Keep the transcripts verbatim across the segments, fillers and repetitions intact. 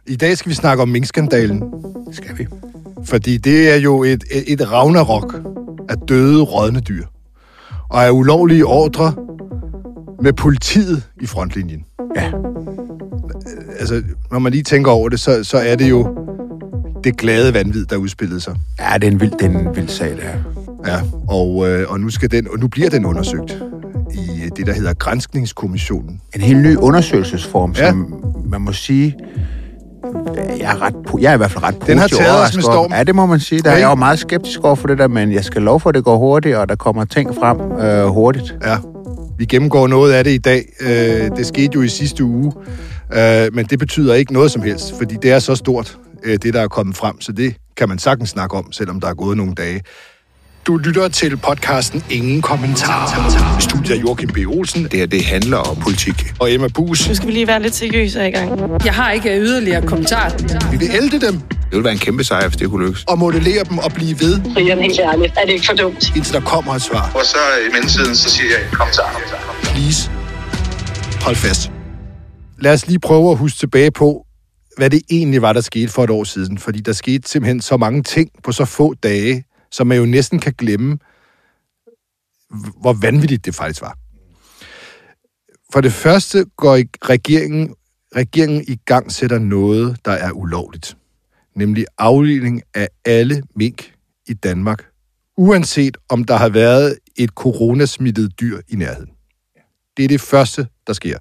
I dag skal vi snakke om minkskandalen. Skal vi? Fordi det er jo et, et, et ragnarok af døde, rådne dyr. Og af ulovlige ordre med politiet i frontlinjen. Ja. Altså, når man lige tænker over det, så, så er det jo det glade vanvid, der udspillede sig. Ja, det er en vild, det er en vild sag, det her. Ja, og, øh, og, nu skal den, og nu bliver den undersøgt i det, der hedder Granskningskommissionen. En helt ny undersøgelsesform, ja. som man må sige... Jeg er, ret, jeg er i hvert fald ret positiv. Den har taget os med storm. Ja, det må man sige. Der er jeg jo meget skeptisk over for det der, men jeg skal love for, at det går hurtigt, og der kommer ting frem øh, hurtigt. Ja, vi gennemgår noget af det i dag. Øh, det skete jo i sidste uge, øh, men det betyder ikke noget som helst, fordi det er så stort, øh, det der er kommet frem, så det kan man sagtens snakke om, selvom der er gået nogle dage. Du lytter til podcasten Ingen Kommentarer. Studiet af Joachim B. Olsen. Det her, det handler om politik. Og Emma Buus. Nu skal vi lige være lidt seriøse i gang. Jeg har ikke yderligere kommentarer. Vi vil ælde dem. Det ville være en kæmpe sejr, hvis det kunne lykkes. Og modellere dem og blive ved. Brian, helt ærligt, er det ikke for dumt? Indtil der kommer et svar. Og så i mellemtiden, så siger jeg kommentarer. Please. Hold fast. Lad os lige prøve at huske tilbage på, hvad det egentlig var, der skete for et år siden. Fordi der skete simpelthen så mange ting på så få dage, så man jo næsten kan glemme, hvor vanvittigt det faktisk var. For det første går regeringen, regeringen i gang sætter noget, der er ulovligt. Nemlig aflivning af alle mink i Danmark, uanset om der har været et coronasmittet dyr i nærheden. Det er det første, der sker.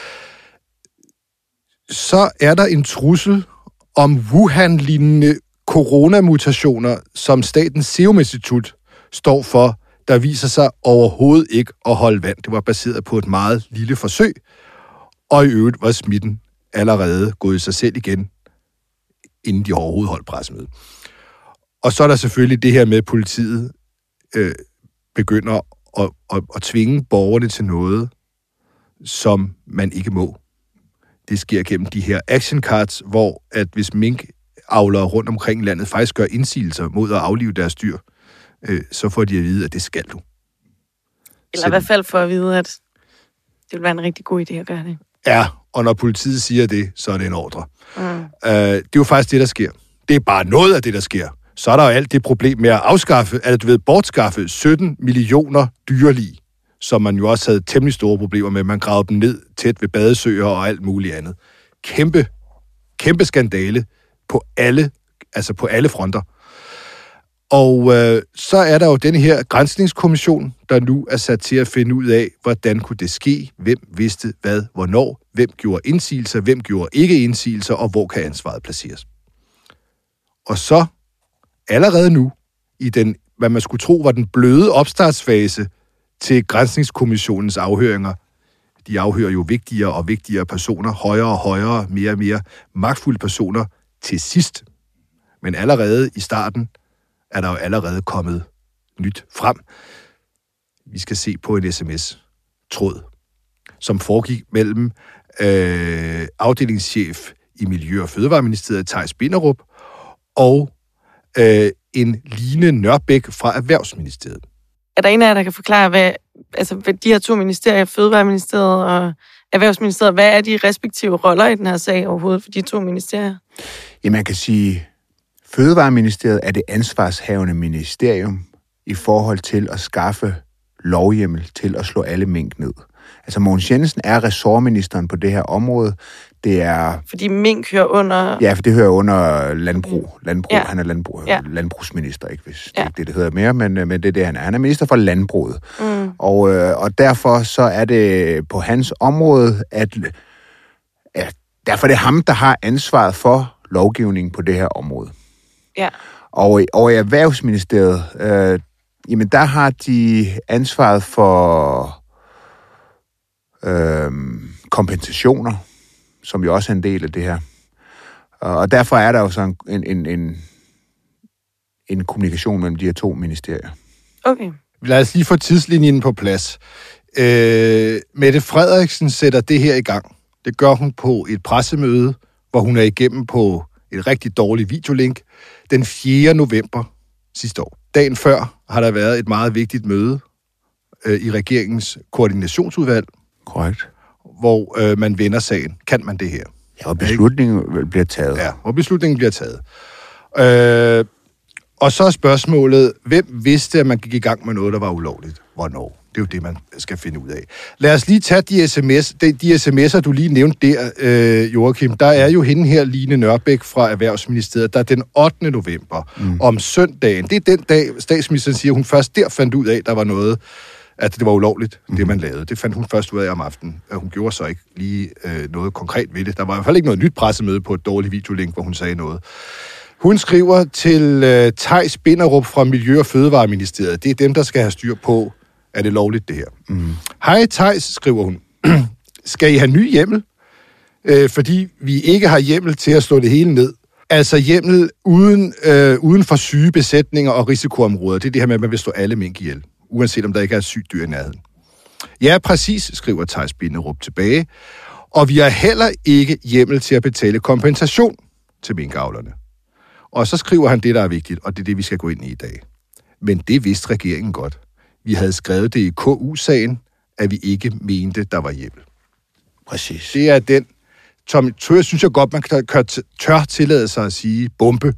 Så er der en trussel om Wuhan-lignende coronamutationer, som Statens Serum Institut står for, der viser sig overhovedet ikke at holde vand. Det var baseret på et meget lille forsøg, og i øvrigt var smitten allerede gået i sig selv igen, inden de overhovedet holdt pressemøde. Og så er der selvfølgelig det her med, at politiet øh, begynder at, at, at tvinge borgerne til noget, som man ikke må. Det sker gennem de her action cards, hvor at hvis mink avlere rundt omkring landet faktisk gør indsigelser mod at aflive deres dyr, øh, så får de at vide, at det skal du. Eller i hvert fald for at vide, at det vil være en rigtig god idé at gøre det. Ja, og når politiet siger det, så er det en ordre. Mm. Øh, det er jo faktisk det, der sker. Det er bare noget af det, der sker. Så er der jo alt det problem med at afskaffe, eller du ved, bortskaffe sytten millioner dyrelig, som man jo også havde temmelig store problemer med. Man gravede dem ned tæt ved badesøer og alt muligt andet. Kæmpe, kæmpe skandale på alle, altså på alle fronter. Og øh, så er der jo den her granskningskommission, der nu er sat til at finde ud af, hvordan kunne det ske, hvem vidste hvad, hvornår, hvem gjorde indsigelser, hvem gjorde ikke indsigelser, og hvor kan ansvaret placeres. Og så allerede nu, i den, hvad man skulle tro var den bløde opstartsfase til granskningskommissionens afhøringer, de afhører jo vigtigere og vigtigere personer, højere og højere, mere og mere magtfulde personer til sidst. Men allerede i starten er der jo allerede kommet nyt frem. Vi skal se på en sms-tråd, som foregik mellem øh, afdelingschef i Miljø- og Fødevareministeriet, Theis Binderup, og øh, en Line Nørbæk fra Erhvervsministeriet. Er der en af jer, der kan forklare, hvad, altså, hvad de her to ministerier, Fødevareministeriet og Erhvervsministeriet, hvad er de respektive roller i den her sag overhovedet for de to ministerier? Ja, man kan sige, Fødevareministeriet er det ansvarshavende ministerium i forhold til at skaffe lovhjemmel til at slå alle mink ned. Altså Mogens Jensen er ressortministeren på det her område. Det er... Fordi mink hører under... Ja, for det hører under landbrug. landbrug. Ja. Han er landbrug, ja. landbrugsminister, ikke hvis det ja. er ikke det, det hedder mere, men, men det er det, han er. Han er minister for landbruget. Mm. Og, øh, og derfor så er det på hans område, at ja, derfor er det ham, der har ansvaret for lovgivningen på det her område. Ja. Og, og i Erhvervsministeriet, øh, jamen der har de ansvaret for øh, kompensationer, som jo også er en del af det her. Og derfor er der jo så en, en, en, en kommunikation mellem de her to ministerier. Okay. Lad os lige få tidslinjen på plads. Øh, Mette Frederiksen sætter det her i gang. Det gør hun på et pressemøde, hvor hun er igennem på et rigtig dårligt videolink den fjerde november sidste år. Dagen før har der været et meget vigtigt møde øh, i regeringens koordinationsudvalg. Korrekt. Hvor øh, man vender sagen. Kan man det her? Ja, og beslutningen bliver taget. Ja, og beslutningen bliver taget. Øh, og så er spørgsmålet, hvem vidste, at man gik i gang med noget, der var ulovligt? Hvornår? Det er jo det, man skal finde ud af. Lad os lige tage de, sms, de, de sms'er, du lige nævnte der, øh, Joachim. Der er jo hende her, Line Nørbæk fra Erhvervsministeriet, der er den ottende november mm. om søndagen. Det er den dag, statsministeren siger, hun først der fandt ud af, at der var noget, at det var ulovligt, mm. det man lavede. Det fandt hun først ud af om aftenen. Hun gjorde så ikke lige øh, noget konkret ved det. Der var i hvert fald ikke noget nyt pressemøde på et dårligt videolink, hvor hun sagde noget. Hun skriver til øh, Theis Binderup fra Miljø- og Fødevareministeriet. Det er dem, der skal have styr på, er det lovligt, det her. Mm. Hej Theis, skriver hun. Skal I have ny hjemmel? Øh, fordi vi ikke har hjemmel til at slå det hele ned. Altså hjemmel uden, øh, uden for syge besætninger og risikoområder. Det er det her med, at man vil slå alle mink ihjel, uanset om der ikke er sygt dyr i nærheden. Ja, præcis, skriver Theis Binderup tilbage. Og vi har heller ikke hjemmel til at betale kompensation til minkavlerne. Og så skriver han det, der er vigtigt, og det er det, vi skal gå ind i i dag. Men det vidste regeringen godt. Vi havde skrevet det i K U-sagen, at vi ikke mente, der var hjemmel. Præcis. Det er den, Tom Tør, synes jeg godt, man kan tør tillade sig at sige bombe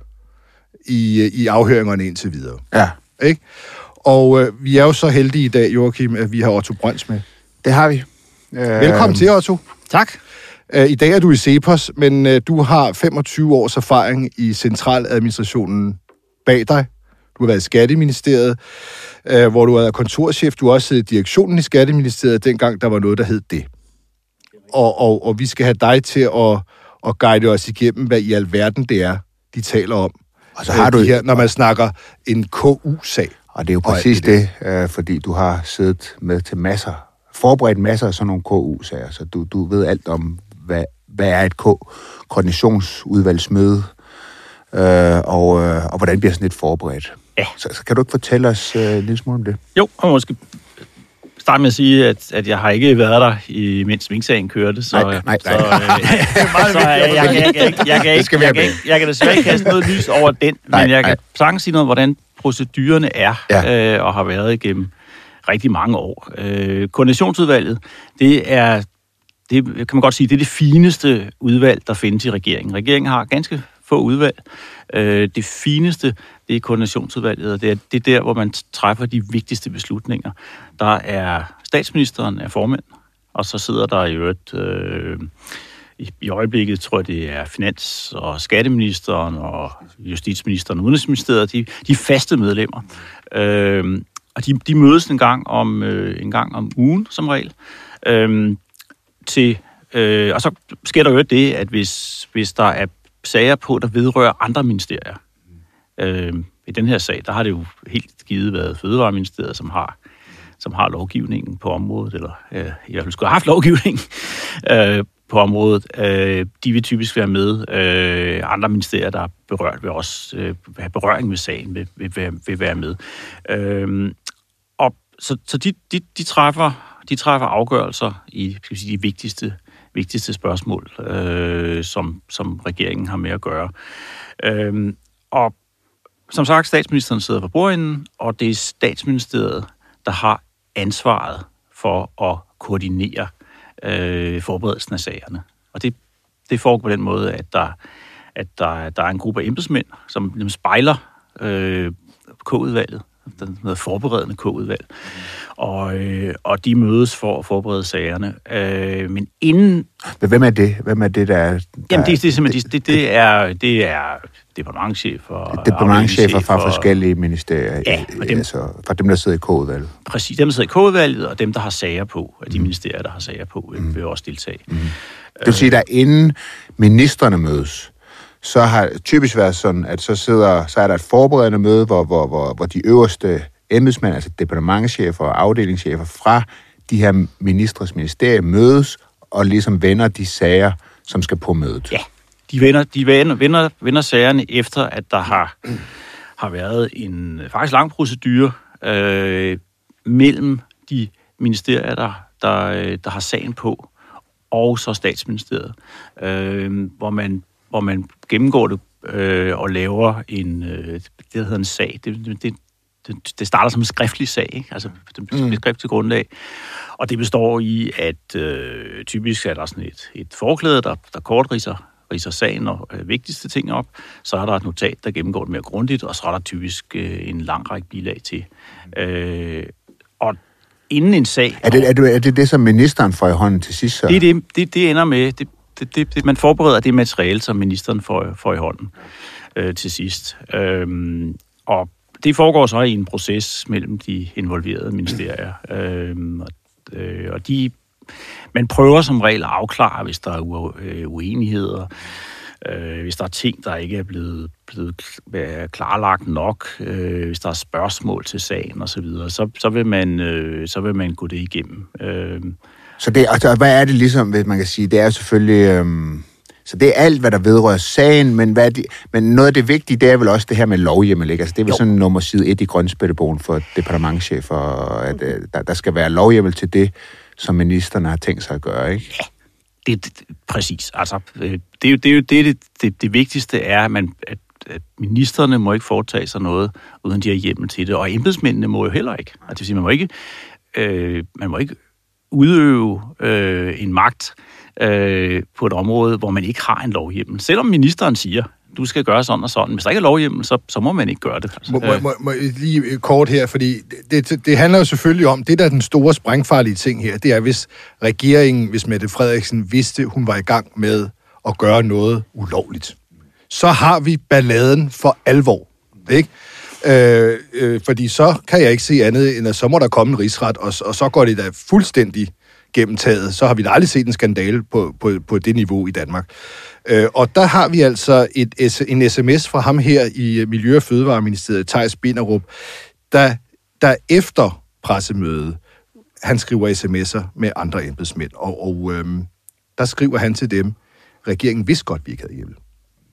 i, i afhøringerne indtil videre. Ja. Ikke? Og øh, vi er jo så heldige i dag, Joachim, at vi har Otto Brøns med. Det har vi. Velkommen øh... til, Otto. Tak. I dag er du i CEPOS, men øh, du har femogtyve års erfaring i centraladministrationen bag dig. Du har været i Skatteministeriet, øh, hvor du er kontorchef. Du har også siddet i direktionen i Skatteministeriet, dengang der var noget, der hed det. Og, og, og vi skal have dig til at, at guide os igennem, hvad i alverden det er, de taler om. Og så har du her, når man snakker en K U-sag. Og det er jo præcis det, det øh, fordi du har siddet med til masser, forberedt masser af sådan nogle K U-sager, så du, du ved alt om, hvad, hvad er et K- koordinationsudvalgsmøde, øh, og, øh, og hvordan bliver sådan et forberedt. Ja. Så, så kan du ikke fortælle os øh, en lille smule om det? Jo, og måske starte med at sige, at, at jeg har ikke været der, i, mens minksagen kørte, så, nej, nej, nej. så, øh, så jeg, jeg, jeg, jeg, jeg, jeg, kan ikke, jeg, kan ikke, jeg kan desværre ikke kaste noget lys over den, nej, men jeg kan sagtens sige noget om, hvordan procedurerne er, ja. øh, og har været igennem rigtig mange år. Øh, Koordinationsudvalget, det er, det kan man godt sige, det er det fineste udvalg, der findes i regeringen. Regeringen har ganske få udvalg. Øh, det fineste, det er koordinationsudvalget, og det er, det er der, hvor man træffer de vigtigste beslutninger. Der er statsministeren er formand, og så sidder der i øvrigt, øh, i, i øjeblikket tror jeg, det er finans- og skatteministeren og justitsministeren og udenrigsministeriet, de, de faste medlemmer. Øh, og de, de mødes en gang om, øh, en gang om ugen, som regel. Øh, til, øh, og så sker der jo det, at hvis, hvis der er sager på, der vedrører andre ministerier. Øh, I den her sag, der har det jo helt givet været Fødevareministeriet, som har, som har lovgivningen på området, eller øh, i hvert fald skulle have haft lovgivning øh, på området. Øh, de vil typisk være med. Øh, andre ministerier, der er berørt, vil også øh, have berøring med sagen, vil, vil, vil, vil være med. Øh, og så så de, de, de, træffer, de træffer afgørelser i skal vi sige, de vigtigste vigtigste spørgsmål, øh, som, som regeringen har med at gøre. Øh, og som sagt, statsministeren sidder for bordenden, og det er statsministeriet, der har ansvaret for at koordinere øh, forberedelsen af sagerne. Og det, det foregår på den måde, at der, at der, der er en gruppe af embedsmænd, som spejler øh, K-udvalget, den hedder forberedende K-udvalg. Og, øh, og de mødes for at forberede sagerne. Øh, men inden... Men hvem er det? Hvem er det, der er... Der Jamen, det, det er simpelthen... Det, det, er, det er departementschefer... Departementschefer fra forskellige ministerier. Ja, og dem, altså, fra dem, der sidder i K-udvalget. Præcis, dem, der sidder i K-udvalget, og dem, der har sager på, de mm. ministerier, der har sager på, mm. vil også deltage. Mm. Det vil sige, at inden ministerne mødes, så har det typisk været sådan, at så, sidder, så er der et forberedende møde, hvor, hvor, hvor, hvor de øverste embedsmænd, altså departementschefer og afdelingschefer fra de her ministres ministerier mødes og ligesom vender de sager, som skal på mødet. Ja, de vender, de vender, vender, vender sagerne efter, at der har, har været en faktisk lang procedure øh, mellem de ministerier, der, der, der har sagen på, og så statsministeriet, øh, hvor man hvor man gennemgår det øh, og laver en, øh, det hedder en sag. Det, det, det, det starter som en skriftlig sag, ikke? Altså det bliver mm. skriftlig grundlag. Og det består i, at øh, typisk er der sådan et, et forklæde, der, der kort riser, riser sagen og øh, vigtigste ting op. Så er der et notat, der gennemgår det mere grundigt, og så er der typisk øh, en lang række bilag til. Øh, og inden en sag... Er det, er, det, er det det, som ministeren får i hånden til sidst? Så? Det, det, det, det ender med... Det, det, det, det, man forbereder det materiale, som ministeren får, får i hånden øh, til sidst. Øhm, og det foregår så i en proces mellem de involverede ministerier. Øhm, og, øh, og de... Man prøver som regel at afklare, hvis der er uenigheder, øh, hvis der er ting, der ikke er blevet, blevet klarlagt nok, øh, hvis der er spørgsmål til sagen osv., så, så, så, vil man, øh, så vil man gå det igennem. Øh. Så det, altså, hvad er det ligesom, hvis man kan sige, det er selvfølgelig... Øhm, så det er alt, hvad der vedrører sagen, men, hvad er det, men noget af det vigtige, det er vel også det her med lovhjemmel, ikke? Altså, det er vel jo. Sådan nummer side et i grønspættebogen for departementschefer, at øh, der, der skal være lovhjemmel til det, som ministerne har tænkt sig at gøre, ikke? Ja, det, det præcis. Altså, det er jo det, er jo det, det, det, det vigtigste er, at, man, at, at ministerne må ikke foretage sig noget, uden de har hjemmel til det, og embedsmændene må jo heller ikke. Altså, det vil sige, man må ikke, øh, man må ikke udøve øh, en magt øh, på et område, hvor man ikke har en lovhjemmel. Selvom ministeren siger, du skal gøre sådan og sådan. Hvis der ikke er lovhjemmel, så, så må man ikke gøre det. Altså. Må, må, må lige kort her, fordi det, det, det handler jo selvfølgelig om, det der er den store sprængfarlige ting her, det er, hvis regeringen, hvis Mette Frederiksen vidste, hun var i gang med at gøre noget ulovligt. Så har vi balladen for alvor, ikke? Øh, øh, fordi så kan jeg ikke se andet, end at så må der komme en rigsret, og, og så går det da fuldstændig gennemtaget. Så har vi da aldrig set en skandale på, på, på det niveau i Danmark. Øh, og der har vi altså et, en sms fra ham her i Miljø- og Fødevareministeriet, Theis Binderup, der, der efter pressemødet, han skriver sms'er med andre embedsmænd, og, og øhm, der skriver han til dem, regeringen vidste godt, vi ikke havde hjemmel.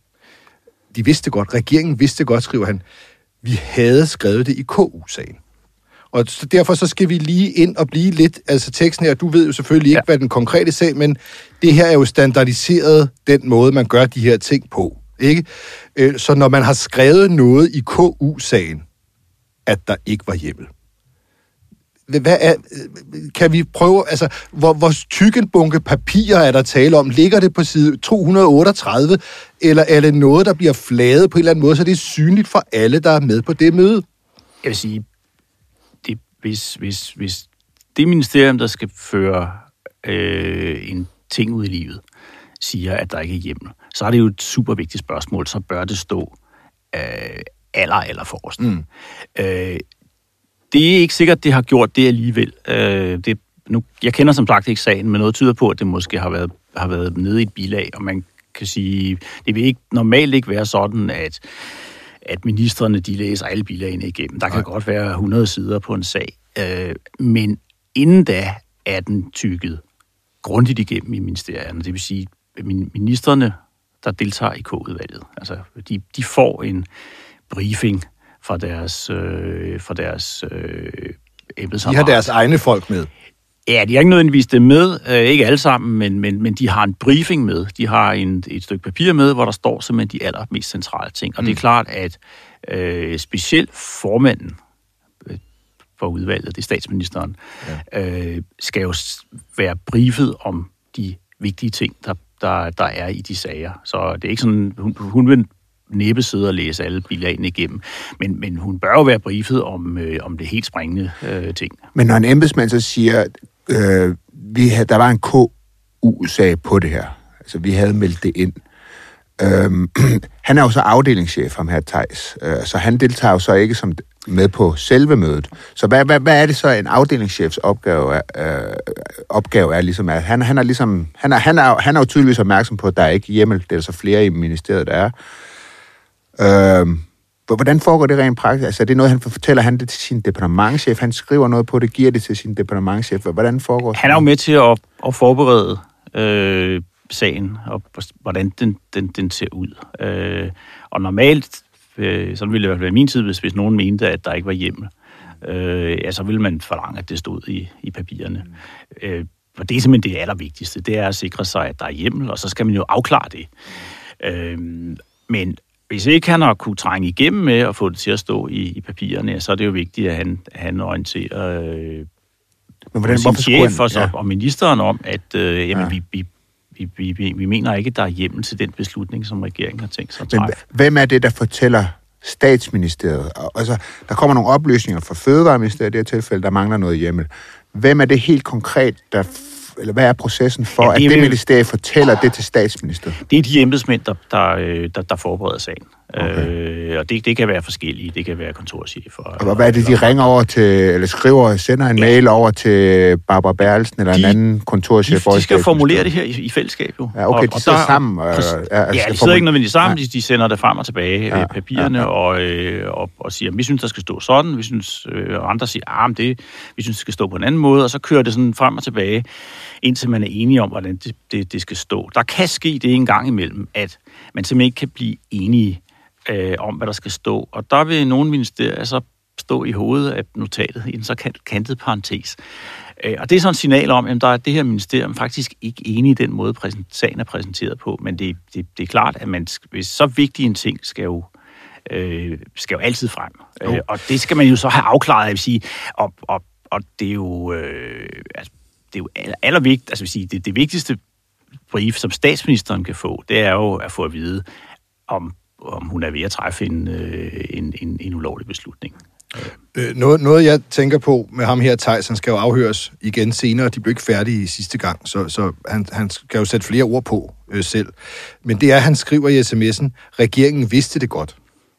De vidste godt, regeringen vidste godt, skriver han, vi havde skrevet det i K U-sagen. Og så derfor så skal vi lige ind og blive lidt, altså teksten her, du ved jo selvfølgelig ikke, ja. Hvad den konkrete sag, men det her er jo standardiseret den måde, man gør de her ting på, ikke? Så når man har skrevet noget i K U-sagen, at der ikke var hjemmel. Hvad er, kan vi prøve, altså, hvor, hvor tyk en bunke papirer er der tale om? Ligger det på side to hundrede otteogtredive, eller er det noget, der bliver flaget på en eller anden måde, så det er synligt for alle, der er med på det møde? Jeg vil sige, det, hvis, hvis, hvis det ministerium, der skal føre øh, en ting ud i livet, siger, at der ikke er hjemmel, så er det jo et super vigtigt spørgsmål, så bør det stå øh, aller, aller forrest. Mm. Øh, Det er ikke sikkert, det har gjort det alligevel. Øh, det, nu, jeg kender som sagt ikke sagen, men noget tyder på, at det måske har været, har været nede i et bilag, og man kan sige, det vil ikke, normalt ikke være sådan, at, at ministerne de læser alle bilagene igennem. Der kan Nej. godt være hundrede sider på en sag, øh, men inden da er den tykket grundigt igennem i ministerierne. Det vil sige, at ministerne, der deltager i K-udvalget, altså de, de får en briefing fra deres, øh, fra deres øh, embedsapparat. De har deres egne folk med. Ja, de har ikke nødvendigvis det med, øh, ikke alle sammen, men, men, men de har en briefing med. De har en, et stykke papir med, hvor der står simpelthen de allermest centrale ting. Og mm. det er klart, at øh, specielt formanden øh, for udvalget, det er statsministeren, ja. øh, skal jo være briefet om de vigtige ting, der, der, der er i de sager. Så det er ikke sådan, hun, hun vil næppe sidde og læse alle bilagene igennem. Men, men hun bør jo være briefet om, øh, om det helt springende øh, ting. Men når en embedsmand så siger, øh, vi havde, der var en K U-sag på det her, altså vi havde meldt det ind. Øhm, han er jo så afdelingschef, ham her Theis, øh, så han deltager jo så ikke som med på selve mødet. Så hvad, hvad, hvad er det så, en afdelingschefs opgave er, øh, opgave er ligesom, at han, han er ligesom, han er, han er, han er jo tydeligvis opmærksom på, at der er ikke hjemmel, det er der så flere i ministeriet, der er. Øhm, hvordan foregår det rent praktisk? Altså, er det noget, han fortæller han det til sin departementschef? Han skriver noget på det, giver det til sin departementschef. Hvordan foregår det? Han er jo med til at, at forberede øh, sagen, og hvordan den, den, den ser ud. Øh, og normalt, øh, sådan ville det være min tid, hvis, hvis nogen mente, at der ikke var hjemmel. Øh, ja, så ville man forlange, at det stod i, i papirerne. Mm. Øh, og det er simpelthen det allervigtigste. Det er at sikre sig, at der er hjemmel, og så skal man jo afklare det. Øh, men hvis ikke han har kunne trænge igennem med at få det til at stå i, i papirerne, så er det jo vigtigt, at han, han orienterer øh, Men hvordan, sin chef og, ja. og ministeren om, at øh, jamen, ja. vi, vi, vi, vi, vi mener ikke, at der er hjemmel til den beslutning, som regeringen har tænkt sig at træffe. Men hvem er det, der fortæller Statsministeriet? Altså, der kommer nogle oplysninger fra Fødevareministeriet i det her tilfælde, der mangler noget hjemmel. Hvem er det helt konkret, der eller hvad er processen for, ja, det at det ministerie fortæller det til Statsministeriet? Det er de embedsmænd, der, der, der, der forbereder sagen. Okay. Øh, og det, det kan være forskellige. Det kan være kontorchefer. Og hvad er det, de ringer over til, eller skriver, sender en ja. mail over til Barbara Bertelsen eller de, en anden kontorchef? De, de skal formulere det her i, i fællesskab, jo. Ja, okay, og, de sidder og der, sammen. Og, præcis, ja, ja, de sidder ikke nødvendigvis sammen. Ja. De, de sender det frem og tilbage, ja, papirerne, ja, ja. Og, øh, og, og siger, vi synes, der skal stå sådan. Vi synes, øh, og andre siger, ah, det, vi synes, det skal stå på en anden måde. Og så kører det sådan frem og tilbage, indtil man er enige om, hvordan det, det, det skal stå. Der kan ske det en gang imellem, at man simpelthen ikke kan blive enige øh, om, hvad der skal stå. Og der vil nogle ministerier så stå i hovedet af notatet i en så kantet parentes. Øh, og det er sådan et signal om, at der er det her ministerium faktisk ikke enige i den måde, sagen er præsenteret på. Men det, det, det er klart, at man, hvis så vigtig en ting skal jo øh, skal jo altid frem. Øh, og det skal man jo så have afklaret, jeg vil sige. Og, og, og det er jo... Øh, altså, det er jo aller, allervigtigt, altså vil sige, det, det vigtigste brief, som statsministeren kan få, det er jo at få at vide, om, om hun er ved at træffe en, en, en, en ulovlig beslutning. Øh, noget, noget, jeg tænker på med ham her, Theis, han skal jo afhøres igen senere. De blev ikke færdige sidste gang, så, så han, han skal jo sætte flere ord på øh, selv. Men det er, han skriver i sms'en, regeringen vidste det godt.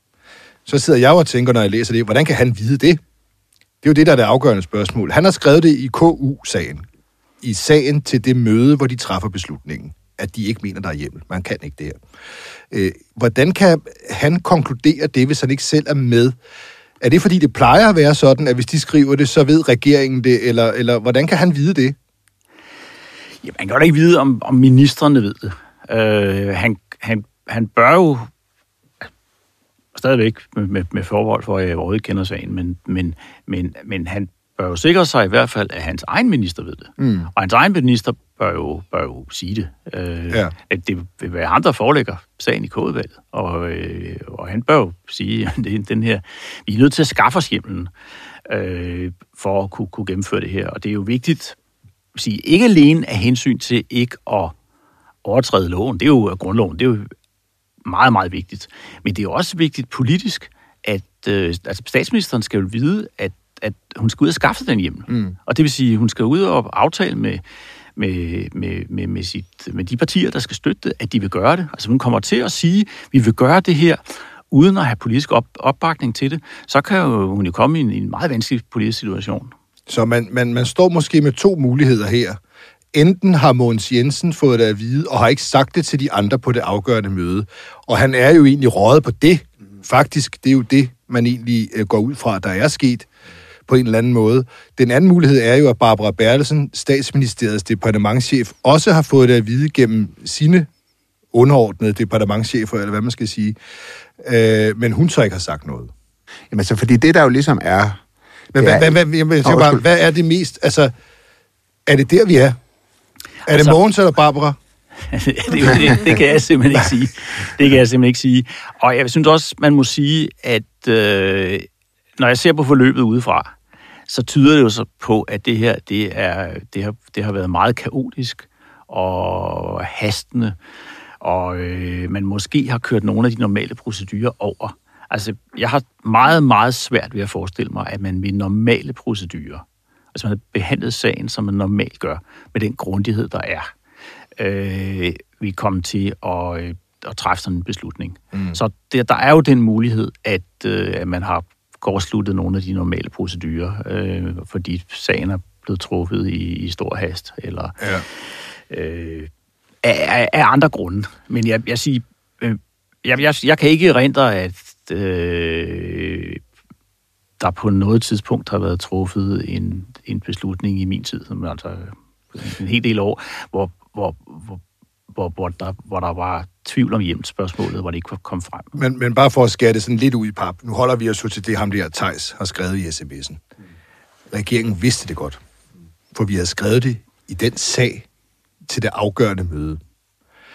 Så sidder jeg og tænker, når jeg læser det, hvordan kan han vide det? Det er jo det, der er det afgørende spørgsmål. Han har skrevet det i K U-sagen. I sagen til det møde, hvor de træffer beslutningen, at de ikke mener, der er hjemmel. Man kan ikke det her. Øh, hvordan kan han konkludere det, hvis han ikke selv er med? Er det, fordi det plejer at være sådan, at hvis de skriver det, så ved regeringen det, eller, eller hvordan kan han vide det? Jamen, han kan jo ikke vide, om, om ministrene ved det. Øh, han, han, han bør jo stadigvæk med, med, med forhold for, at jeg overhovedet kender sagen, men, men, men, men han bør jo sikre sig i hvert fald, at hans egen minister ved det. Mm. Og hans egen minister bør jo, bør jo sige det. Øh, ja. At det vil være ham, der forelægger sagen i K-udvalget. Og, øh, og han bør jo sige, at det, den her, vi er nødt til at skaffe os hjemmelen øh, for at kunne, kunne gennemføre det her. Og det er jo vigtigt at sige, ikke alene af hensyn til ikke at overtræde loven. Det er jo grundloven. Det er jo meget, meget vigtigt. Men det er jo også vigtigt politisk, at øh, altså statsministeren skal jo vide, at at hun skal ud og skaffe den hjemmel. Mm. Og det vil sige, at hun skal ud og aftale med, med, med, med, med, sit, med de partier, der skal støtte det, at de vil gøre det. Altså hun kommer til at sige, at vi vil gøre det her, uden at have politisk op, opbakning til det. Så kan jo, hun jo komme i en, en meget vanskelig politisk situation. Så man, man, man står måske med to muligheder her. Enten har Mogens Jensen fået det at vide, og har ikke sagt det til de andre på det afgørende møde. Og han er jo egentlig røget på det. Faktisk, det er jo det, man egentlig går ud fra, der er sket på en eller anden måde. Den anden mulighed er jo, at Barbara Bertelsen, statsministeriets departementschef, også har fået det at vide gennem sine underordnede departementschefer, eller hvad man skal sige. Øh, men hun så ikke har sagt noget. Jamen så, fordi det der jo ligesom er... Men hvad, er, hvad, hvad, jeg, jeg, jeg, bare, hvad er det mest... Altså, er det der, vi er? Er altså, det Mogens eller Barbara? det, det, det kan jeg simpelthen ikke sige. Det kan jeg simpelthen ikke sige. Og jeg synes også, man må sige, at øh, når jeg ser på forløbet udefra, så tyder det jo så på, at det her, det, er, det, har, det har været meget kaotisk og hastende, og øh, man måske har kørt nogle af de normale procedurer over. Altså, jeg har meget, meget svært ved at forestille mig, at man med normale procedurer, altså man har behandlet sagen, som man normalt gør, med den grundighed, der er, øh, vi kommer til at, øh, at træffe sådan en beslutning. Mm. Så det, der er jo den mulighed, at, øh, at man har kortsluttet nogle af de normale procedurer, øh, fordi sagen er blevet truffet i, i stor hast, eller ja. øh, af, af andre grunde. Men jeg, jeg siger, øh, jeg, jeg, jeg kan ikke erindre, at øh, der på noget tidspunkt har været truffet en, en beslutning i min tid, som altså en hel del år, hvor, hvor, hvor, hvor, hvor, der, hvor der var tvivl om hjemmelsspørgsmålet, hvor det ikke kom frem. Men, men bare for at skære det sådan lidt ud i pap, nu holder vi os jo til det, ham der Theis har skrevet i sms'en. Regeringen vidste det godt, for vi havde skrevet det i den sag til det afgørende møde.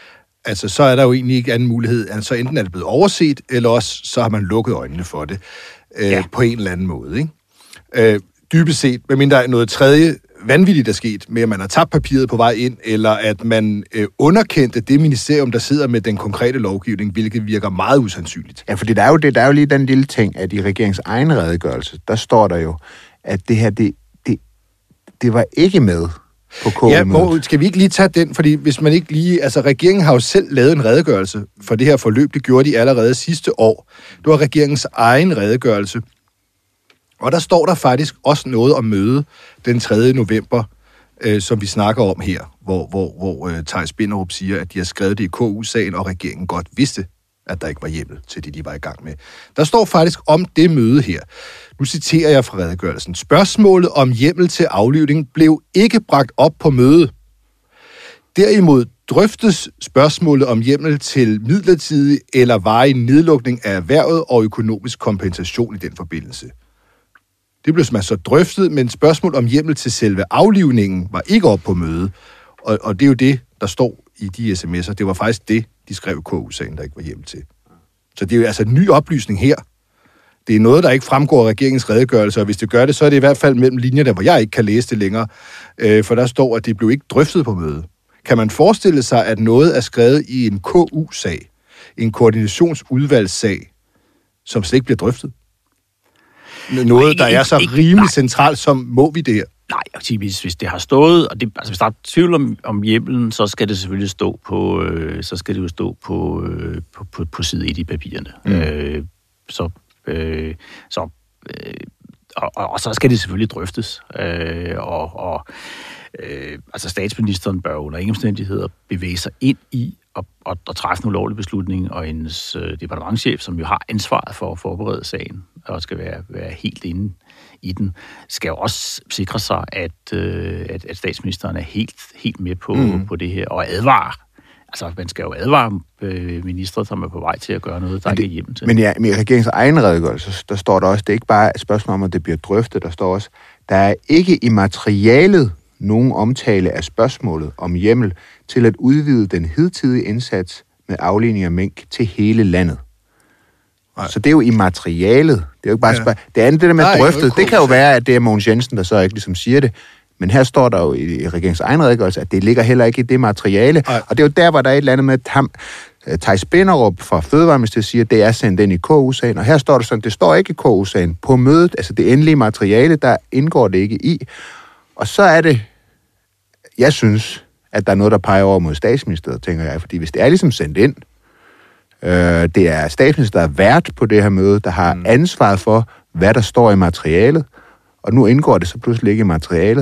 altså så er der jo egentlig ikke anden mulighed. Altså enten er det blevet overset, eller også så har man lukket øjnene for det øh, ja. på en eller anden måde. Ikke? Øh, dybest set, medmindre der er noget tredje vanvittigt er sket, med at man har tabt papiret på vej ind, eller at man øh, underkendte det ministerium, der sidder med den konkrete lovgivning, hvilket virker meget usandsynligt. Ja, fordi der er jo, det, der er jo lige den lille ting, at i regeringens egen redegørelse, der står der jo, at det her, det, det, det var ikke med på K U-mødet. Ja, må, skal vi ikke lige tage den? Fordi hvis man ikke lige... Altså, regeringen har jo selv lavet en redegørelse for det her forløb. Det gjorde de allerede sidste år. Det var regeringens egen redegørelse. Og der står der faktisk også noget om møde den tredje november, øh, som vi snakker om her, hvor, hvor, hvor øh, Theis Binderup siger, at de har skrevet det i K U-sagen, og regeringen godt vidste, at der ikke var hjemmel til det, de var i gang med. Der står faktisk om det møde her. Nu citerer jeg fra redegørelsen. Spørgsmålet om hjemmel til aflivning blev ikke bragt op på mødet. Derimod drøftes spørgsmålet om hjemmel til midlertidig eller varig nedlukning af erhvervet og økonomisk kompensation i den forbindelse. Det blev man så drøftet, men spørgsmål om hjemmel til selve aflivningen var ikke op på mødet. Og, og det er jo det, der står i de sms'er. Det var faktisk det, de skrev i K U-sagen, der ikke var hjemmel til. Så det er jo altså en ny oplysning her. Det er noget, der ikke fremgår af regeringens redegørelse, og hvis det gør det, så er det i hvert fald mellem linjerne, hvor jeg ikke kan læse det længere. Øh, for der står, at det blev ikke drøftet på mødet. Kan man forestille sig, at noget er skrevet i en K U-sag, en koordinationsudvalgssag, som slet ikke bliver drøftet? Noget, ikke, der er så ikke, rimelig nej. centralt, som må vi det her? Nej, hvis, hvis det har stået, og det, altså hvis der er tvivl om, om hjemmelen, så skal det selvfølgelig stå på, øh, så skal det jo stå på, øh, på, på, på side et i papirerne. Mm. Øh, så, øh, så øh, og, og, og så skal det selvfølgelig drøftes. Øh, og og øh, altså statsministeren bør under ingen omstændigheder bevæge sig ind i og, og, og træffe en ulovlig beslutning, og hendes øh, departementschef, som jo har ansvaret for at forberede sagen, og skal være, være helt inde i den, skal jo også sikre sig, at, øh, at, at statsministeren er helt, helt med på, mm. på det her, og advare. Altså, man skal jo advare øh, ministre, som er på vej til at gøre noget, der ikke er hjemme til. Men ja, i regeringens egen redegørelse, der står der også, det er ikke bare et spørgsmål om, at det bliver drøftet, der står også, der er ikke i materialet nogen omtale af spørgsmålet om hjemmel til at udvide den hidtidige indsats med aflivning af mink til hele landet. Nej. Så det er jo i materialet. Det er jo ikke bare ja. spørg- Det andet, det der med Nej, drøftet, det kan jo være, at det er Mogens Jensen, der så ikke ligesom siger det. Men her står der jo i regeringens egen redegørelse, at det ligger heller ikke i det materiale. Nej. Og det er jo der, hvor der er et eller andet med, at ham, Theis Binderup fra Fødevareministeriet siger, at det er sendt ind i K U-sagen. Og her står der sådan, det står ikke i K U-sagen. På mødet, altså det endelige materiale, der indgår det ikke i. Og så er det, jeg synes, at der er noget, der peger over mod statsministeriet, tænker jeg. Fordi hvis det er ligesom sendt ind, øh, det er statsministeren, der er vært på det her møde, der har ansvaret for, hvad der står i materialet, og nu indgår det så pludselig ikke i materialet,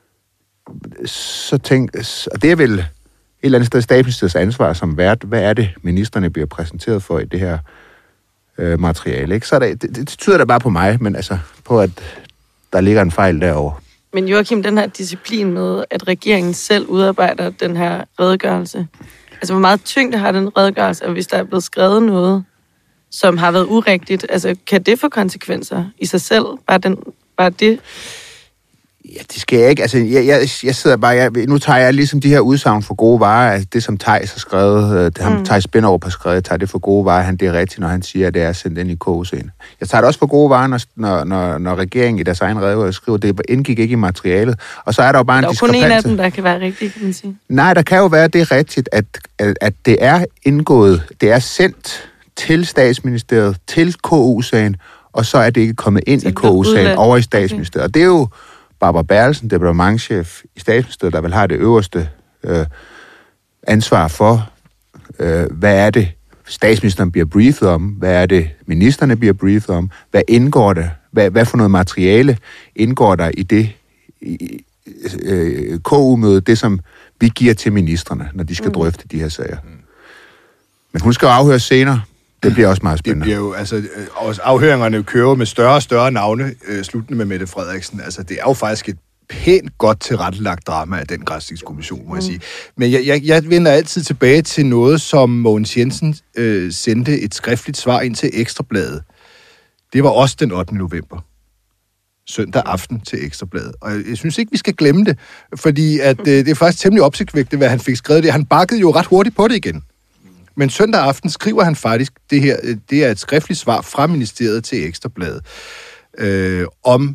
så tænk, og det er vel et eller andet sted statsministeriets ansvar som vært, hvad er det, ministerne bliver præsenteret for i det her øh, materiale, ikke? Så det, det, det tyder da bare på mig, men altså på, at der ligger en fejl derovre. Men Joachim, den her disciplin med, at regeringen selv udarbejder den her redegørelse, altså hvor meget tyngde har den redegørelse, og hvis der er blevet skrevet noget, som har været urigtigt, altså kan det få konsekvenser i sig selv? Bare, den, bare det? Ja, det skal jeg ikke. Altså, jeg, jeg, jeg sidder bare... Jeg, nu tager jeg ligesom de her udsagn for gode varer. Altså, det, som Theis har skrevet, det, mm. Theis Binderup har skrevet, jeg tager det for gode varer. Han, det er rigtigt, når han siger, at det er sendt ind i K U-sagen. Jeg tager det også for gode varer, når, når, når regeringen i deres egen redegørelse skriver, det indgik ikke i materialet. Og så er der jo bare en diskrepans. Der er kun en af dem, der kan være rigtig, kan man sige. Nej, der kan jo være det rigtigt, at, at, at det er indgået, det er sendt til statsministeriet, til K U-sagen, og så er det ikke kommet ind så i K U-sagen over i statsministeriet. Okay. Og det er jo Barbara Bertelsen, departementschef i statsministeriet, der vil have det øverste øh, ansvar for, øh, hvad er det, statsministeren bliver briefet om, hvad er det, ministerne bliver briefet om, hvad indgår der, hvad, hvad for noget materiale indgår der i det i, øh, K U-møde, det som vi giver til ministerne, når de skal mm. drøfte de her sager. Mm. Men hun skal jo afhøres senere. Det bliver også meget spændende. Det bliver jo, altså, afhøringerne kører med større og større navne, øh, sluttende med Mette Frederiksen. Altså, det er jo faktisk et pænt godt tilrettelagt drama af den granskningskommission, må jeg sige. Men jeg, jeg, jeg vender altid tilbage til noget, som Mogens Jensen øh, sendte et skriftligt svar ind til Ekstrabladet. Det var også den ottende november. Søndag aften til Ekstrabladet. Og jeg, jeg synes ikke, vi skal glemme det, fordi at, øh, det er faktisk temmelig opsigtsvækkende, hvad han fik skrevet det. Han bakkede jo ret hurtigt på det igen. Men søndag aften skriver han faktisk, det her, det er et skriftligt svar fra ministeriet til Ekstrabladet, øh, om,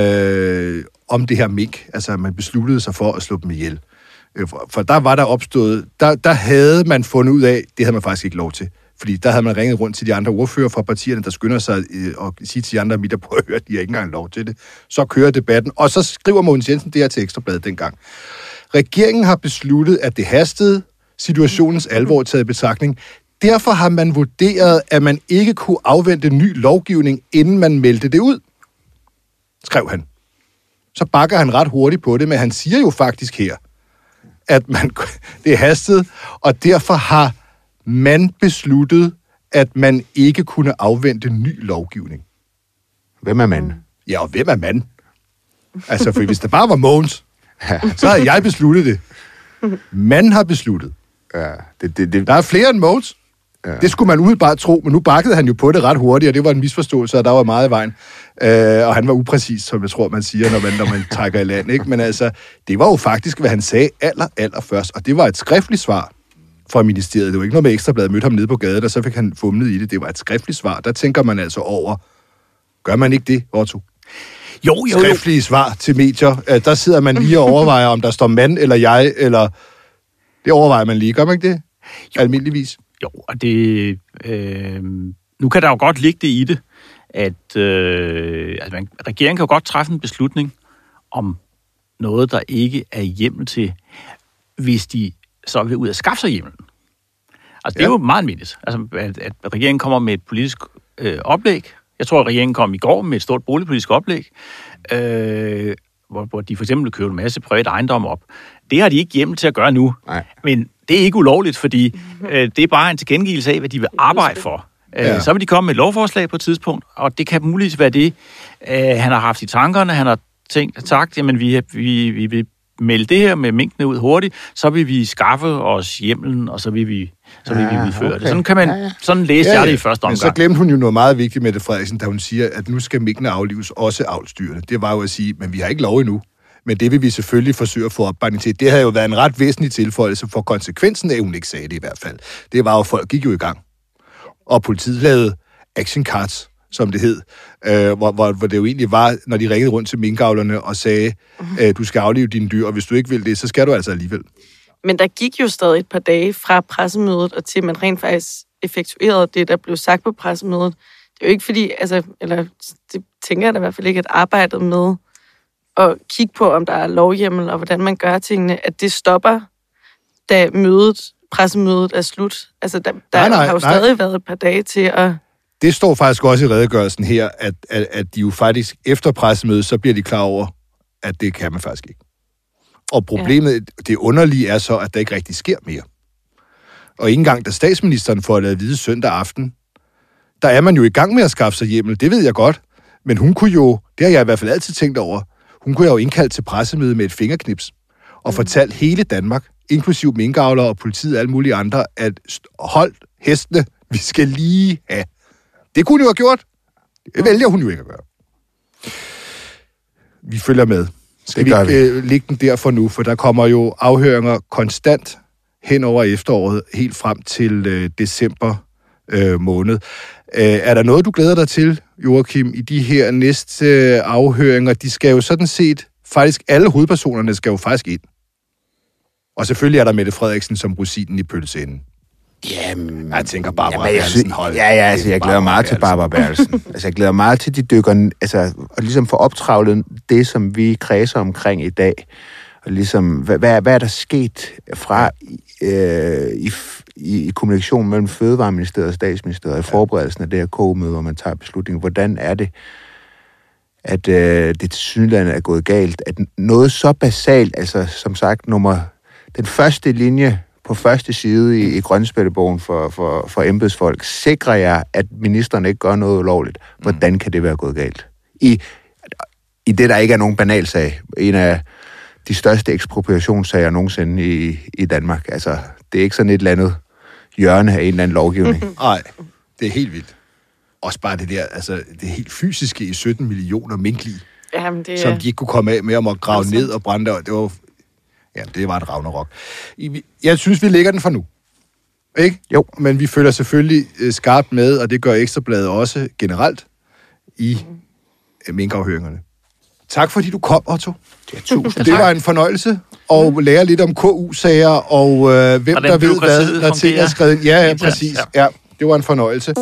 øh, om det her mink, altså at man besluttede sig for at slå dem ihjel. Øh, for, for der var der opstået, der, der havde man fundet ud af, det havde man faktisk ikke lov til. Fordi der havde man ringet rundt til de andre ordfører fra partierne, der skynder sig øh, og sige til de andre, at på at høre, de har ikke engang lov til det. Så kører debatten, og så skriver Mogens Jensen det her til Ekstrabladet dengang. Regeringen har besluttet, at det hastede, situationens alvor taget i betragtning. Derfor har man vurderet, at man ikke kunne afvente ny lovgivning, inden man meldte det ud, skrev han. Så bakker han ret hurtigt på det, men han siger jo faktisk her, at man, det er hastet, og derfor har man besluttet, at man ikke kunne afvente ny lovgivning. Hvem er man? Ja, og hvem er man? Altså, for hvis det bare var Mogens, så havde jeg besluttet det. Man har besluttet. Ja, det, det, det... Der er flere end Mogens. Ja. Det skulle man udebart tro, men nu bakkede han jo på det ret hurtigt, og det var en misforståelse, og der var meget i vejen. Øh, og han var upræcis, som jeg tror, man siger, når man, når man trækker i land. Ikke? Men altså, det var jo faktisk, hvad han sagde aller, aller først, og det var et skriftligt svar fra ministeriet. Det var ikke noget med Ekstrabladet, mødte ham nede på gaden, og så fik han fumlet i det. Det var et skriftligt svar. Der tænker man altså over, gør man ikke det, Otto? Jo, jo, jo. Skriftlige svar til medier. Der sidder man lige og overvejer, om der står mand eller jeg, eller... Det overvejer man lige. Gør man ikke det? Jo. Almindeligvis. Jo, og det... Øh, nu kan der jo godt ligge det i det, at øh, altså man, regeringen kan jo godt træffe en beslutning om noget, der ikke er hjemmel til, hvis de så vil ud og skaffe sig hjemmelen. Altså, det er ja. jo meget almindeligt. Altså, at, at regeringen kommer med et politisk øh, oplæg. Jeg tror, at regeringen kom i går med et stort boligpolitisk oplæg, øh, hvor, hvor de for eksempel køber en masse private ejendomme op. Det har de ikke hjemmel til at gøre nu. Nej. Men det er ikke ulovligt, fordi øh, det er bare en tilkendegivelse af, hvad de vil arbejde for. Ja. Øh, så vil de komme med et lovforslag på et tidspunkt, og det kan muligvis være det, øh, han har haft i tankerne. Han har tænkt, sagt, jamen vi, vi, vi vil melde det her med minkene ud hurtigt, så vil vi skaffe os hjemmelen, og så vil vi, så vil ja, vi udføre okay. det. Sådan kan man, ja, ja. sådan læse ja, ja. jeg det i første omgang. Men så glemte hun jo noget meget vigtigt, Mette Frederiksen, da hun siger, at nu skal minkene aflives, også avlsdyrene. Det var jo at sige, men vi har ikke lov endnu. Men det vil vi selvfølgelig forsøge at få opbakning til. Det havde jo været en ret væsentlig tilføjelse, for konsekvensen af, hun ikke sagde det i hvert fald. Det var jo, at folk gik jo i gang. Og politiet lavede action cards, som det hed, øh, hvor, hvor, hvor det jo egentlig var, når de ringede rundt til minkavlerne og sagde, øh, du skal aflive dine dyr, og hvis du ikke vil det, så skal du altså alligevel. Men der gik jo stadig et par dage fra pressemødet, og til man rent faktisk effektuerede det, der blev sagt på pressemødet. Det er jo ikke fordi, altså, eller det tænker jeg da i hvert fald ikke, at arbejdet med at kigge på, om der er lovhjemmel, og hvordan man gør tingene, at det stopper, da mødet, pressemødet er slut. Altså, der, der nej, nej, har jo nej. stadig været et par dage til at... Det står faktisk også i redegørelsen her, at, at, at de jo faktisk efter pressemødet, så bliver de klar over, at det kan man faktisk ikke. Og problemet, ja. det underlige er så, at der ikke rigtig sker mere. Og ikke engang, da statsministeren får det at vide søndag aften, der er man jo i gang med at skaffe sig hjemmel, det ved jeg godt, men hun kunne jo, det har jeg i hvert fald altid tænkt over, hun kunne jo indkaldt til pressemøde med et fingerknips, og mm. fortalt hele Danmark, inklusiv minkavlere og politiet og alle mulige andre, at hold hestene, vi skal lige have. Det kunne hun jo have gjort. Det vælger hun jo ikke at gøre. Vi følger med. Skal vi ikke uh, ligge den der for nu, for der kommer jo afhøringer konstant hen over efteråret, helt frem til uh, december uh, måned. Uh, er der noget, du glæder dig til, Joachim, i de her næste uh, afhøringer? De skal jo sådan set, faktisk alle hovedpersonerne skal jo faktisk ind. Og selvfølgelig er der Mette Frederiksen som rosinen i pølseenden. Jamen, jeg tænker Barbara jamen, Bertelsen. Hold. Ja, ja, altså, jeg glæder meget til Barbara Bertelsen. Altså, jeg glæder meget til, de dykker, altså, og ligesom får optravlet det, som vi kredser omkring i dag. Og ligesom, hvad, hvad er der sket fra øh, i, i, i kommunikationen mellem Fødevareministeriet og Statsministeriet, i forberedelsen af det her K-møde, hvor man tager beslutningen? Hvordan er det, at øh, det til synligheden er gået galt? At noget så basalt, altså som sagt, nummer, den første linje på første side i, i grønspættebogen for, for, for embedsfolk, sikrer jeg, at ministeren ikke gør noget ulovligt. Hvordan kan det være gået galt? I, i det, der ikke er nogen banalsag. En af de største ekspropriationssager nogensinde i, i Danmark. Altså, det er ikke sådan et eller andet hjørne af en eller anden lovgivning. Nej, det er helt vildt. Også bare det der, altså det helt fysiske i sytten millioner minklig, Jamen, det... som de ikke kunne komme af med at grave altså. ned og brænde. Det var, ja, det var et ragnarok. Jeg synes, vi lægger den for nu. Ikke? Jo. Men vi følger selvfølgelig øh, skarpt med, og det gør Ekstrabladet også generelt i øh, minkafhøringerne. Tak fordi du kom, Otto. Ja, tusind Det var en fornøjelse at lære lidt om K U-sager, og øh, hvem Hvordan der ved hvad, når ting er skrevet ind. Ja, ja, Internt, præcis. ja. Ja, det var en fornøjelse.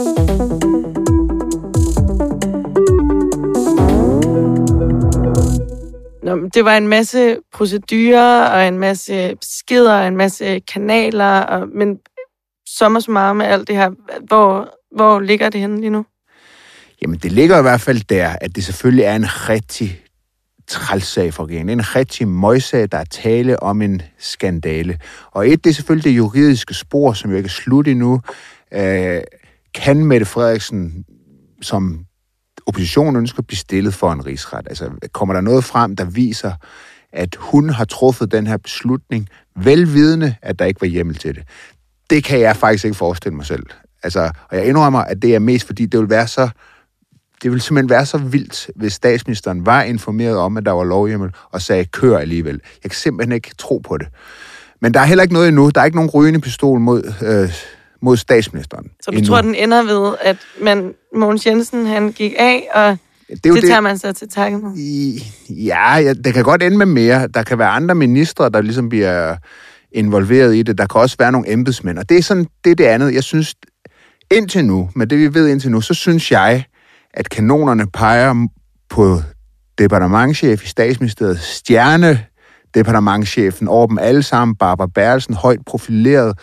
Nå, men det var en masse procedurer, og en masse beskeder, og en masse kanaler, og, men sommer så meget med alt det her. Hvor, hvor ligger det henne lige nu? Jamen, det ligger i hvert fald der, at det selvfølgelig er en rigtig trælsag for regeringen. En rigtig møjsag, der er tale om en skandale. Og et, det er selvfølgelig det juridiske spor, som jo ikke er slut endnu. Øh, kan Mette Frederiksen, som oppositionen ønsker, at blive stillet for en rigsret? Altså, kommer der noget frem, der viser, at hun har truffet den her beslutning, velvidende, at der ikke var hjemmel til det? Det kan jeg faktisk ikke forestille mig selv. Altså, og jeg indrømmer, at det er mest, fordi det vil være så Det ville simpelthen være så vildt, hvis statsministeren var informeret om, at der var lovhjemmel, og sagde, kør alligevel. Jeg kan simpelthen ikke tro på det. Men der er heller ikke noget endnu. Der er ikke nogen rygende pistol mod, øh, mod statsministeren. Så du endnu. tror, den ender ved, at man, Mogens Jensen han gik af, og det, det, det tager man så til takke med? I, ja, ja, det kan godt ende med mere. Der kan være andre ministre, der ligesom bliver involveret i det. Der kan også være nogle embedsmænd. Og det er sådan, det er det andet. Jeg synes, indtil nu, med det vi ved indtil nu, så synes jeg, at kanonerne peger på departementschef i Statsministeriet, stjerne departementschefen over dem alle sammen, Barbara Bertelsen, højt profileret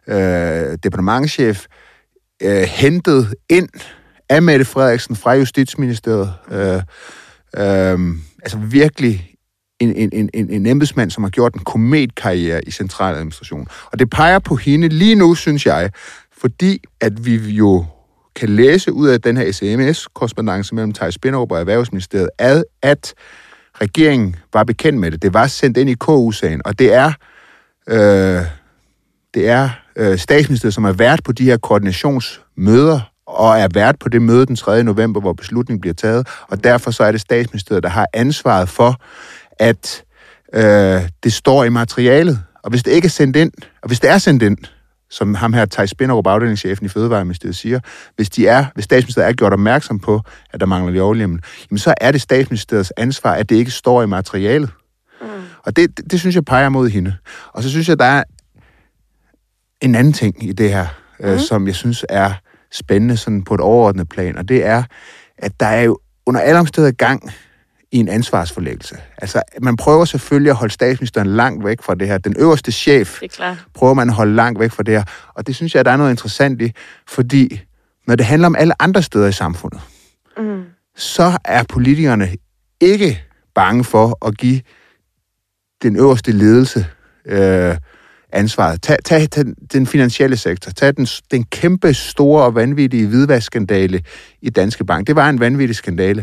øh, departementschef, øh, hentet ind af Mette Frederiksen fra Justitsministeriet. Øh, øh, altså virkelig en, en, en, en embedsmand, som har gjort en kometkarriere i centraladministrationen. Og det peger på hende lige nu, synes jeg, fordi at vi jo kan læse ud af den her S M S-korrespondance mellem Theis Binderup og Erhvervsministeriet, at, at regeringen var bekendt med det. Det var sendt ind i K U-sagen, og det er, øh, det er øh, statsministeriet, som er vært på de her koordinationsmøder, og er vært på det møde den tredje november, hvor beslutningen bliver taget, og derfor så er det statsministeriet, der har ansvaret for, at øh, det står i materialet. Og hvis det ikke er sendt ind, og hvis det er sendt ind, som ham her, Theis Binderup, afdelingschefen i Fødevareministeriet, siger, hvis, de er, hvis statsministeriet er gjort opmærksom på, at der mangler lovhjemmel, jamen så er det statsministeriets ansvar, at det ikke står i materialet. Mm. Og det, det, det synes jeg peger mod hende. Og så synes jeg, der er en anden ting i det her, mm. øh, som jeg synes er spændende sådan på et overordnet plan, og det er, at der er jo under alle omstændigheder gang i en ansvarsforlæggelse. Altså, man prøver selvfølgelig at holde statsministeren langt væk fra det her. Den øverste chef prøver man at holde langt væk fra det her. Og det synes jeg, der er noget interessant i, fordi når det handler om alle andre steder i samfundet, mm. så er politikerne ikke bange for at give den øverste ledelse øh, ansvaret. Tag, tag, tag den finansielle sektor. Tag den, den kæmpe, store og vanvittige hvidvaskskandale i Danske Bank. Det var en vanvittig skandale.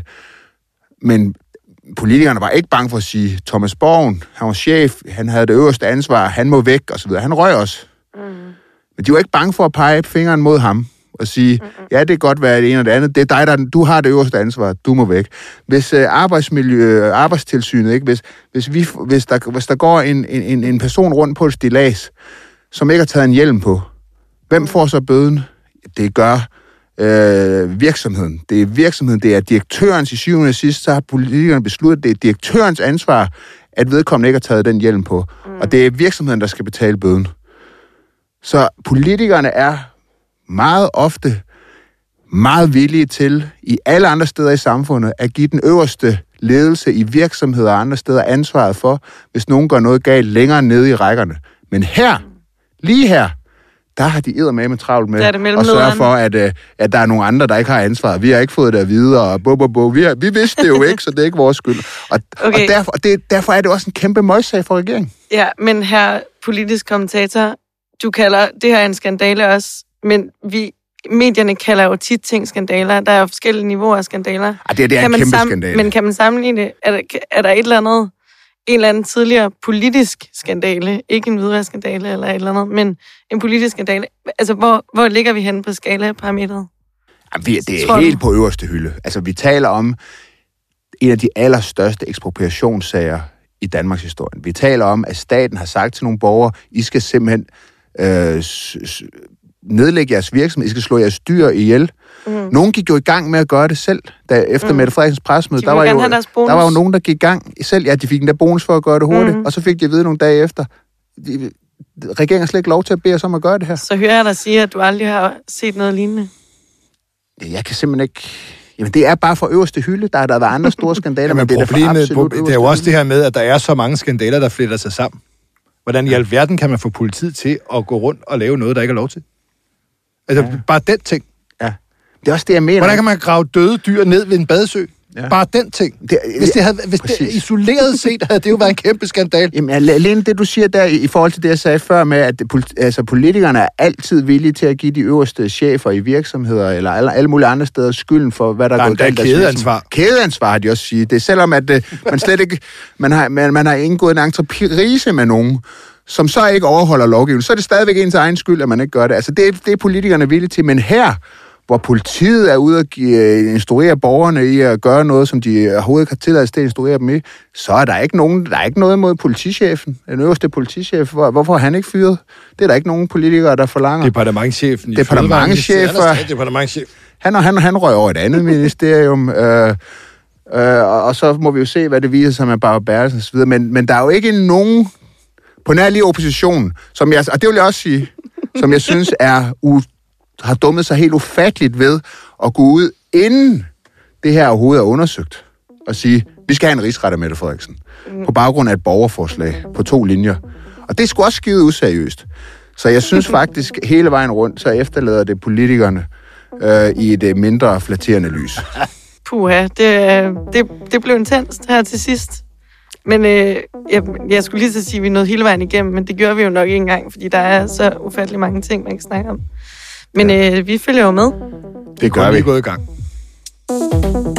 Men politikerne var ikke bange for at sige, Thomas Borgen, han var chef, han havde det øverste ansvar, han må væk, og så videre. Han røg også. Mm. Men de var ikke bange for at pege fingeren mod ham og sige, mm-hmm. ja, det kan godt være det ene og det andet. Det er dig, der, du har det øverste ansvar, du må væk. Hvis uh, arbejdsmiljø, arbejdstilsynet, ikke? Hvis, hvis, vi, hvis, der, hvis der går en, en, en person rundt på et stillads, som ikke har taget en hjelm på, hvem får så bøden? Det gør Øh, virksomheden. Det er virksomheden, det er direktørens i syvende og sidst, så har politikerne besluttet, at det er direktørens ansvar, at vedkommende ikke har taget den hjelm på. Mm. Og det er virksomheden, der skal betale bøden. Så politikerne er meget ofte meget villige til, i alle andre steder i samfundet, at give den øverste ledelse i virksomheder og andre steder ansvaret for, hvis nogen gør noget galt længere nede i rækkerne. Men her, lige her, der har de eddermame travlt med at sørge for, at, uh, at der er nogle andre, der ikke har ansvaret. Vi har ikke fået det at vide, og bo, bo, bo. Vi, har, vi vidste det jo ikke, så det er ikke vores skyld. Og, okay. og, derfor, og det, derfor er det også en kæmpe møgssag for regeringen. Ja, men her politisk kommentator, du kalder det her en skandale også, men vi, medierne kalder jo tit ting skandaler. Der er jo forskellige niveauer af skandaler. Ah, det, det er kan en kæmpe sam- skandale. Men kan man sammenligne det? Er der, er der et eller andet, en eller anden tidligere politisk skandale, ikke en hvidvaskskandale eller et eller andet, men en politisk skandale. Altså, hvor, hvor ligger vi henne på skala-parametret? Ja, det er helt på øverste hylde. Altså, vi taler om en af de allerstørste ekspropriationssager i Danmarks historie. Vi taler om, at staten har sagt til nogle borgere, I skal simpelthen øh, nedlægge jeres virksomhed, I skal slå jeres dyr ihjel. Mm. Nogen gik jo i gang med at gøre det selv, da efter mm. Mette Frederiksens pressemøde. De der var, jo, der var jo nogen, der gik i gang selv. Ja, de fik en der bonus for at gøre det hurtigt, mm. og så fik de at vide nogle dage efter. De, regeringen har slet ikke lov til at bede os om at gøre det her. Så hører jeg dig sige, at du aldrig har set noget lignende. Jeg kan simpelthen ikke... Jamen, det er bare for øverste hylde. Der har der været andre store skandaler, Jamen, men det er problemet, for det er jo også det her med, at der er så mange skandaler, der fletter sig sammen. Hvordan i alverden kan man få politiet til at gå rundt og lave noget, der ikke er lov til? Altså, ja. bare den ting. Ja. Det er også det, jeg mener. Hvordan kan man grave døde dyr ned ved en badesø? Ja. Bare den ting. Det, hvis det havde, hvis det isoleret set, havde det jo været en kæmpe skandal. Jamen, alene det, du siger der, i forhold til det, jeg sagde før med, at altså, politikerne er altid villige til at give de øverste chefer i virksomheder, eller alle, alle mulige andre steder, skylden for, hvad der, der er gået galt. Der er kædeansvar. Kædeansvar, har de også sige. Det er selvom, at uh, man slet ikke... Man har, man, man har indgået en entreprise med nogen, som så ikke overholder lovgivningen. Så er det stadigvæk ens egen skyld, at man ikke gør det. Altså, det, det er politikerne villige til. Men her, hvor politiet er ude og give, instruere borgerne i at gøre noget, som de overhovedet ikke har tilladelse til at instruere dem i, så er der ikke nogen, der er ikke noget mod politichefen, den øverste politichef. Hvor, hvorfor er han ikke fyret? Det er der ikke nogen politikere, der forlanger. Departementschefen i Departementschefer. Departementschef. Han, han, han røg over et andet ministerium, øh, øh, og så må vi jo se, hvad det viser sig med Barbara Bertelsen og så videre. Men, men der er jo ikke nogen på nær lige oppositionen, som jeg, og det vil jeg også sige, som jeg synes er u har dummet sig helt ufatteligt ved at gå ud, inden det her overhovedet er undersøgt, og sige, vi skal have en rigsret af Mette Frederiksen, på baggrund af et borgerforslag på to linjer. Og det er sgu også skidt useriøst. Så jeg synes faktisk, hele vejen rundt, så efterlader det politikerne øh, i et mindre flatterende lys. Puha, det, det, det blev intenst her til sidst. Men øh, jeg, jeg skulle lige så sige, at vi nåede hele vejen igennem, men det gjorde vi jo nok ikke engang, fordi der er så ufattelig mange ting, man kan snakke om. Men øh, vi følger jo med. Det gør vi. Vi er gået i gang.